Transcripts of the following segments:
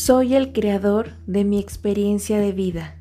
Soy el creador de mi experiencia de vida.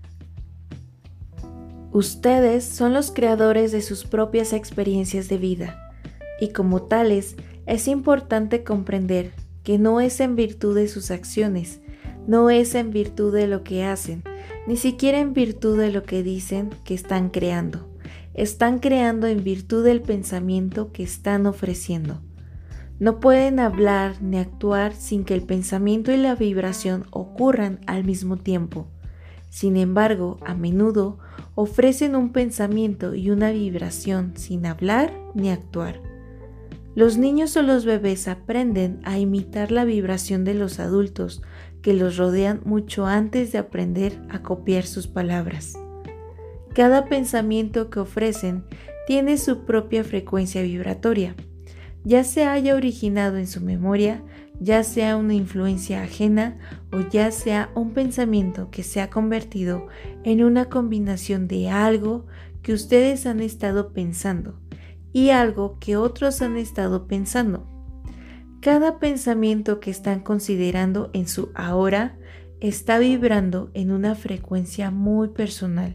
Ustedes son los creadores de sus propias experiencias de vida, y como tales, es importante comprender que no es en virtud de sus acciones, no es en virtud de lo que hacen, ni siquiera en virtud de lo que dicen que están creando. Están creando en virtud del pensamiento que están ofreciendo. No pueden hablar ni actuar sin que el pensamiento y la vibración ocurran al mismo tiempo. Sin embargo, a menudo ofrecen un pensamiento y una vibración sin hablar ni actuar. Los niños o los bebés aprenden a imitar la vibración de los adultos que los rodean mucho antes de aprender a copiar sus palabras. Cada pensamiento que ofrecen tiene su propia frecuencia vibratoria. Ya se haya originado en su memoria, ya sea una influencia ajena o ya sea un pensamiento que se ha convertido en una combinación de algo que ustedes han estado pensando y algo que otros han estado pensando. Cada pensamiento que están considerando en su ahora está vibrando en una frecuencia muy personal.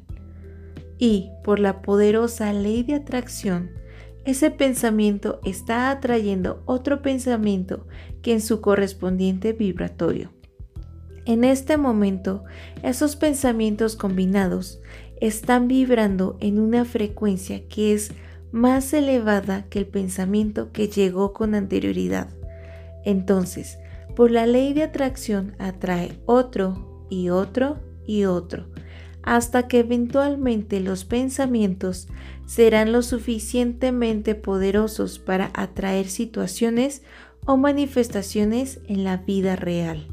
Y por la poderosa ley de atracción, ese pensamiento está atrayendo otro pensamiento que en su correspondiente vibratorio. En este momento, esos pensamientos combinados están vibrando en una frecuencia que es más elevada que el pensamiento que llegó con anterioridad. Entonces, por la ley de atracción atrae otro y otro y otro, hasta que eventualmente los pensamientos serán lo suficientemente poderosos para atraer situaciones o manifestaciones en la vida real.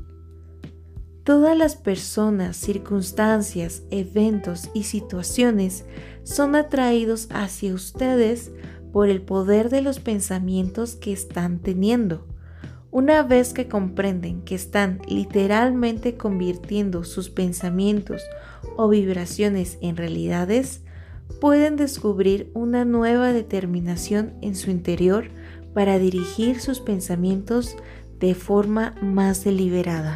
Todas las personas, circunstancias, eventos y situaciones son atraídos hacia ustedes por el poder de los pensamientos que están teniendo. Una vez que comprenden que están literalmente convirtiendo sus pensamientos o vibraciones en realidades, pueden descubrir una nueva determinación en su interior para dirigir sus pensamientos de forma más deliberada.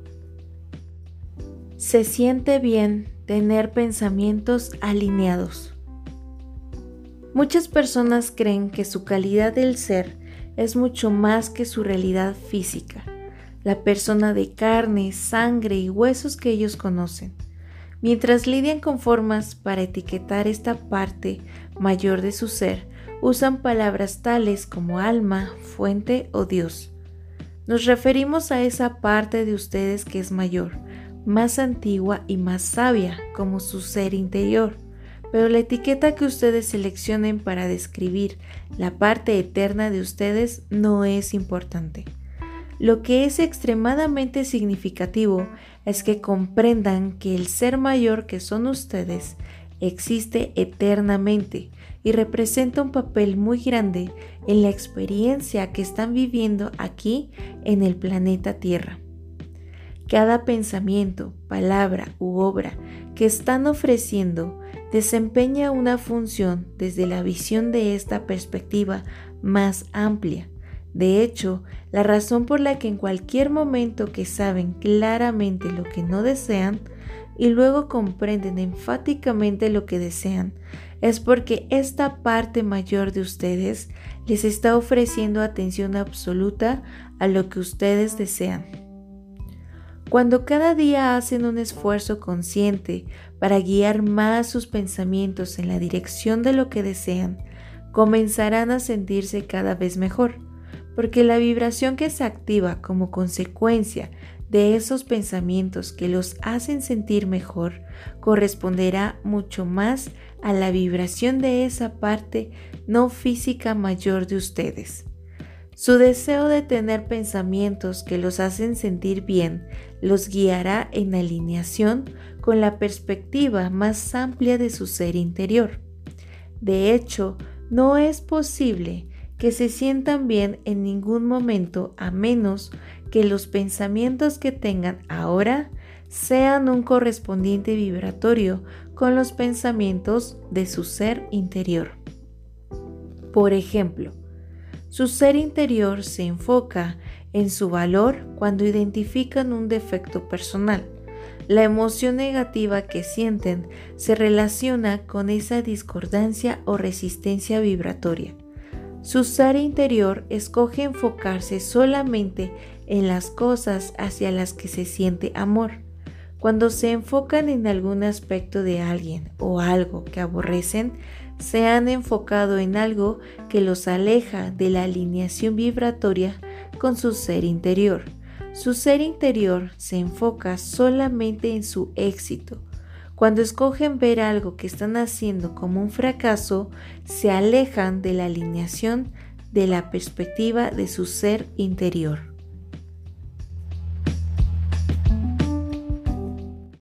Se siente bien tener pensamientos alineados. Muchas personas creen que su calidad del ser es mucho más que su realidad física, la persona de carne, sangre y huesos que ellos conocen. Mientras lidian con formas para etiquetar esta parte mayor de su ser, usan palabras tales como alma, fuente o Dios. Nos referimos a esa parte de ustedes que es mayor, más antigua y más sabia, como su ser interior. Pero la etiqueta que ustedes seleccionen para describir la parte eterna de ustedes no es importante. Lo que es extremadamente significativo es que comprendan que el ser mayor que son ustedes existe eternamente y representa un papel muy grande en la experiencia que están viviendo aquí en el planeta Tierra. Cada pensamiento, palabra u obra que están ofreciendo desempeña una función desde la visión de esta perspectiva más amplia. De hecho, la razón por la que en cualquier momento que saben claramente lo que no desean y luego comprenden enfáticamente lo que desean, es porque esta parte mayor de ustedes les está ofreciendo atención absoluta a lo que ustedes desean. Cuando cada día hacen un esfuerzo consciente para guiar más sus pensamientos en la dirección de lo que desean, comenzarán a sentirse cada vez mejor, porque la vibración que se activa como consecuencia de esos pensamientos que los hacen sentir mejor corresponderá mucho más a la vibración de esa parte no física mayor de ustedes. Su deseo de tener pensamientos que los hacen sentir bien los guiará en alineación con la perspectiva más amplia de su ser interior. De hecho, no es posible que se sientan bien en ningún momento a menos que los pensamientos que tengan ahora sean un correspondiente vibratorio con los pensamientos de su ser interior. Por ejemplo, su ser interior se enfoca en su valor cuando identifican un defecto personal. La emoción negativa que sienten se relaciona con esa discordancia o resistencia vibratoria. Su ser interior escoge enfocarse solamente en las cosas hacia las que se siente amor. Cuando se enfocan en algún aspecto de alguien o algo que aborrecen, se han enfocado en algo que los aleja de la alineación vibratoria con su ser interior. Su ser interior se enfoca solamente en su éxito. Cuando escogen ver algo que están haciendo como un fracaso, se alejan de la alineación de la perspectiva de su ser interior.